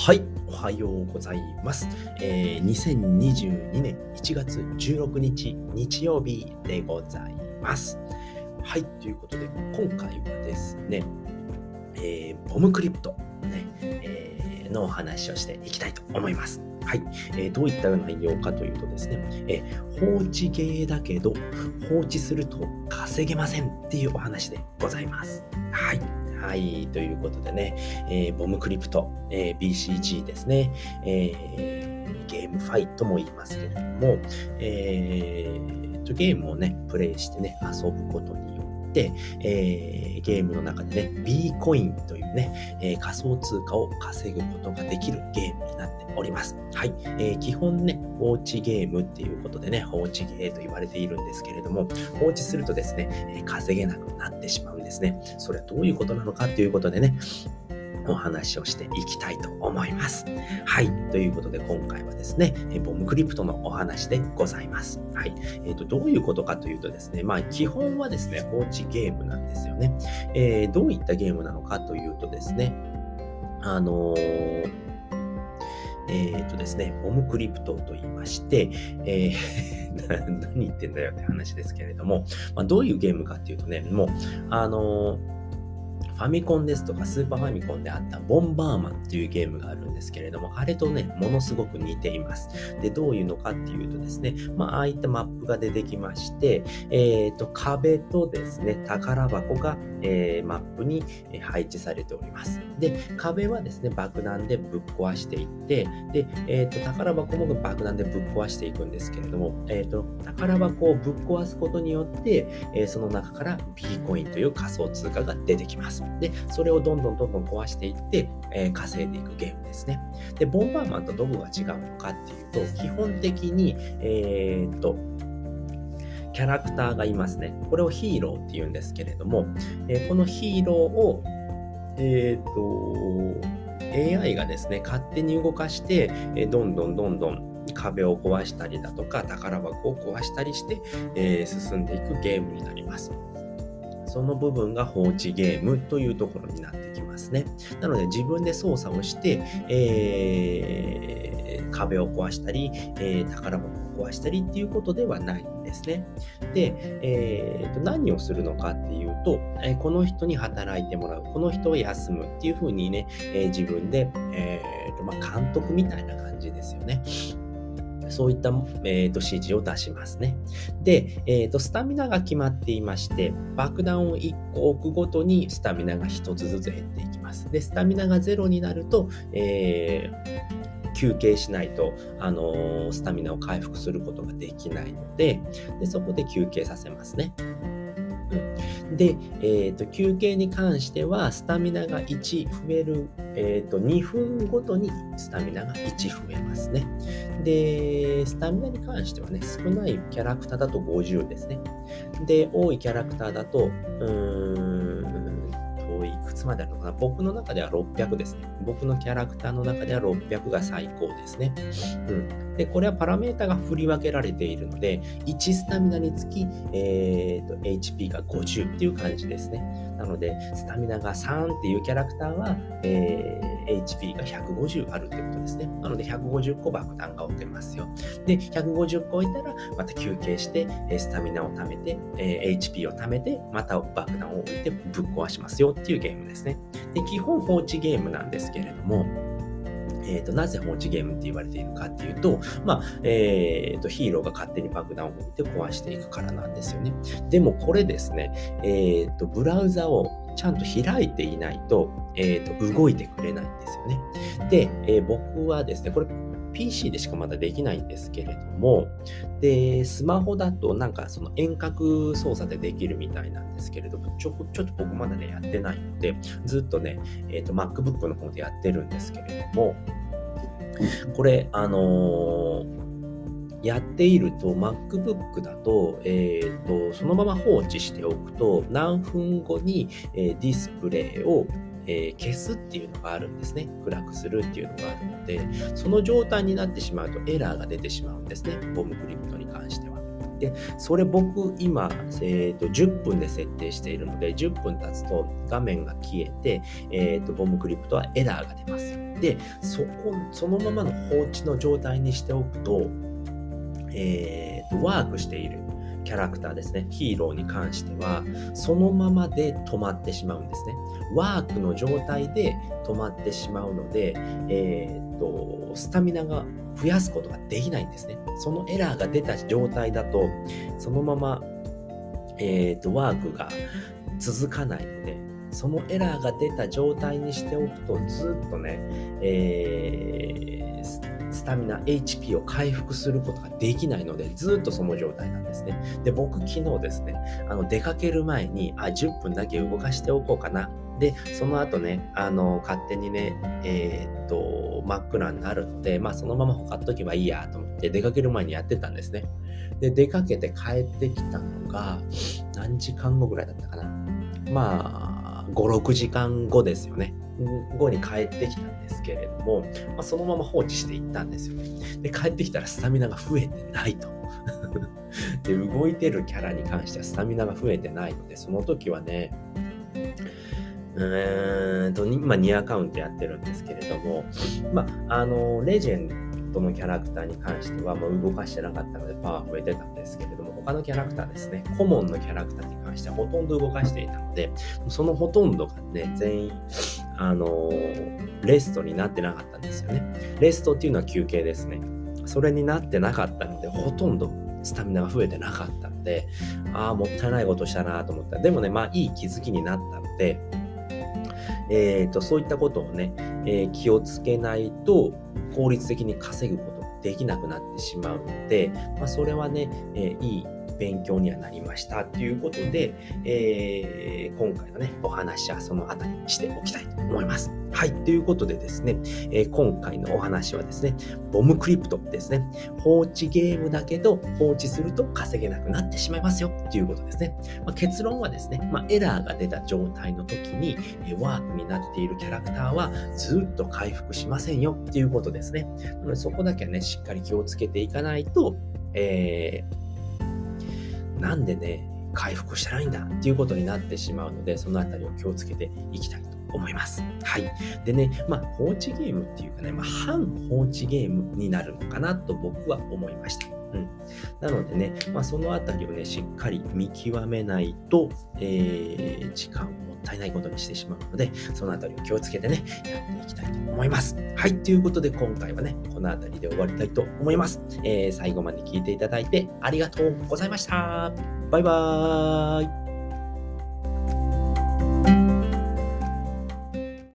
はい、おはようございます。2022年1月16日日曜日でございます。はい、ということで、今回はですね、ボムクリプト、ねのお話をしていきたいと思います。はい、どういった内容かというとですね、放置ゲーだけど放置すると稼げませんっていうお話でございます。はい。はい、ということでね、ボムクリプト、BCG ですね、ゲームファイとも言いますけれども、ゲームをね、プレイしてね、遊ぶことによって、ゲームの中でね、B コインというね、仮想通貨を稼ぐことができるゲームになっております。はい。基本ね、放置ゲームっていうことでね、放置ゲーと言われているんですけれども、放置するとですね、稼げなくなってしまうんですね。それはどういうことなのかということでね、お話をしていきたいと思います。はい。ということで今回はですね、ボムクリプトのお話でございます。はい。どういうことかというとですね、基本はですね、放置ゲームなんですよね。どういったゲームなのかというとですね、ですね、ボムクリプトと言いまして、何言ってんだよって話ですけれども、どういうゲームかっていうとね、もう、ファミコンですとかスーパーファミコンであったボンバーマンっていうゲームがあるんですけれども、あれとね、ものすごく似ています。で、どういうのかっていうとですね、ああいったマップが出てきまして、壁とですね、宝箱が、マップに配置されております。で、壁はですね、爆弾でぶっ壊していって、で、宝箱も爆弾でぶっ壊していくんですけれども、宝箱をぶっ壊すことによって、その中から B コインという仮想通貨が出てきます。で、それをどんどん壊していって、稼いでいくゲームですね。で、ボンバーマンとどこが違うのかっていうと、基本的に、キャラクターがいますね。これをヒーローって言うんですけれども、このヒーローを、AI がですね、勝手に動かして、どんどん壁を壊したりだとか、宝箱を壊したりして、進んでいくゲームになります。その部分が放置ゲームというところになってきますね。なので自分で操作をして、壁を壊したり、宝箱を壊したりっていうことではないんですね。で、何をするのかっていうと、この人に働いてもらう、この人を休むっていうふうにね、自分で、監督みたいな感じですよね。そういった、指示を出しますね。で、スタミナが決まっていまして、爆弾を1個置くごとにスタミナが1つずつ減っていきます。で、スタミナが0になると、休憩しないと、スタミナを回復することができないので、そこで休憩させますね。で、休憩に関しては、スタミナが1増える、2分ごとにスタミナが1増えますね。で、スタミナに関してはね、少ないキャラクターだと50ですね。で、多いキャラクターだと、いくつまであるのかな。僕の中では600ですね。僕のキャラクターの中では600が最高ですね。で、これはパラメータが振り分けられているので、1スタミナにつき、HP が50っていう感じですね。なので、スタミナが3っていうキャラクターは、HP が150あるってことですね。なので、150個爆弾が置けますよ。で、150個置いたら、また休憩して、スタミナを貯めて、HP を貯めて、また爆弾を置いてぶっ壊しますよっていうゲームですね。で、基本放置ゲームなんですけれども、なぜ放置ゲームって言われているかっていうと、ヒーローが勝手に爆弾を置いて壊していくからなんですよね。でもこれですね、ブラウザをちゃんと開いていないと、動いてくれないんですよね。で、僕はですね、これ PC でしかまだできないんですけれども、で、スマホだとなんかその遠隔操作でできるみたいなんですけれども、ちょっと僕まだね、やってないので、ずっとね、MacBook の方でやってるんですけれども、これ、やっていると MacBook だと、そのまま放置しておくと何分後に、ディスプレイを消すっていうのがあるんですね。暗くするっていうのがあるので、その状態になってしまうとエラーが出てしまうんですね。ボムクリプトに関しては。で、それ僕今、10分で設定しているので、10分経つと画面が消えて、ボムクリプトはエラーが出ます。 で、そのままの放置の状態にしておくと、ワークしているキャラクターですね、ヒーローに関しては、そのままで止まってしまうんですね。ワークの状態で止まってしまうので、スタミナが増やすことができないんですね。そのエラーが出た状態だと、そのまま、ワークが続かないので、そのエラーが出た状態にしておくと、ずっとね、スタミナ、HP を回復することができないので、ずっとその状態なんですね。で、僕昨日ですね、出かける前に、10分だけ動かしておこうかな。で、その後ね、勝手にね、真っ暗になるので、そのままほっとけばいいやと思って、出かける前にやってたんですね。で、出かけて帰ってきたのが、何時間後ぐらいだったかな。5、6時間後ですよね。後に帰ってきたんですけれども、そのまま放置していったんですよね。で、帰ってきたらスタミナが増えてないと。で、動いてるキャラに関してはスタミナが増えてないので、その時はね、今2アカウントやってるんですけれども、レジェンドのキャラクターに関してはもう動かしてなかったのでパワー増えてたんですけれども、他のキャラクターですね、コモンのキャラクターに関してはほとんど動かしていたので、そのほとんどがね、全員、レストになってなかったんですよね。レストっていうのは休憩ですね。それになってなかったので、ほとんどスタミナが増えてなかったので、もったいないことしたなと思った。でもね、いい気づきになったので、そういったことをね、気をつけないと効率的に稼ぐことができなくなってしまうので、それはね、いい勉強にはなりましたということで、今回のね、お話はそのあたりにしておきたいと思います。はい。ということでですね、今回のお話はですね、ボムクリプトですね。放置ゲームだけど放置すると稼げなくなってしまいますよということですね。結論はですね、エラーが出た状態の時に、ワークになっているキャラクターはずっと回復しませんよっていうことですね。なのでそこだけはね、しっかり気をつけていかないと、なんでね、回復してないんだっていうことになってしまうので、そのあたりを気をつけていきたいと思います。はい。でね、放置ゲームっていうかね、反放置ゲームになるのかなと僕は思いました。なのでね、そのあたりをね、しっかり見極めないと、時間をもったいないことにしてしまうので、そのあたりを気をつけてね、やっていきたいと思います。はい。ということで、今回はね、このあたりで終わりたいと思います。最後まで聞いていただいてありがとうございました。バイバーイ。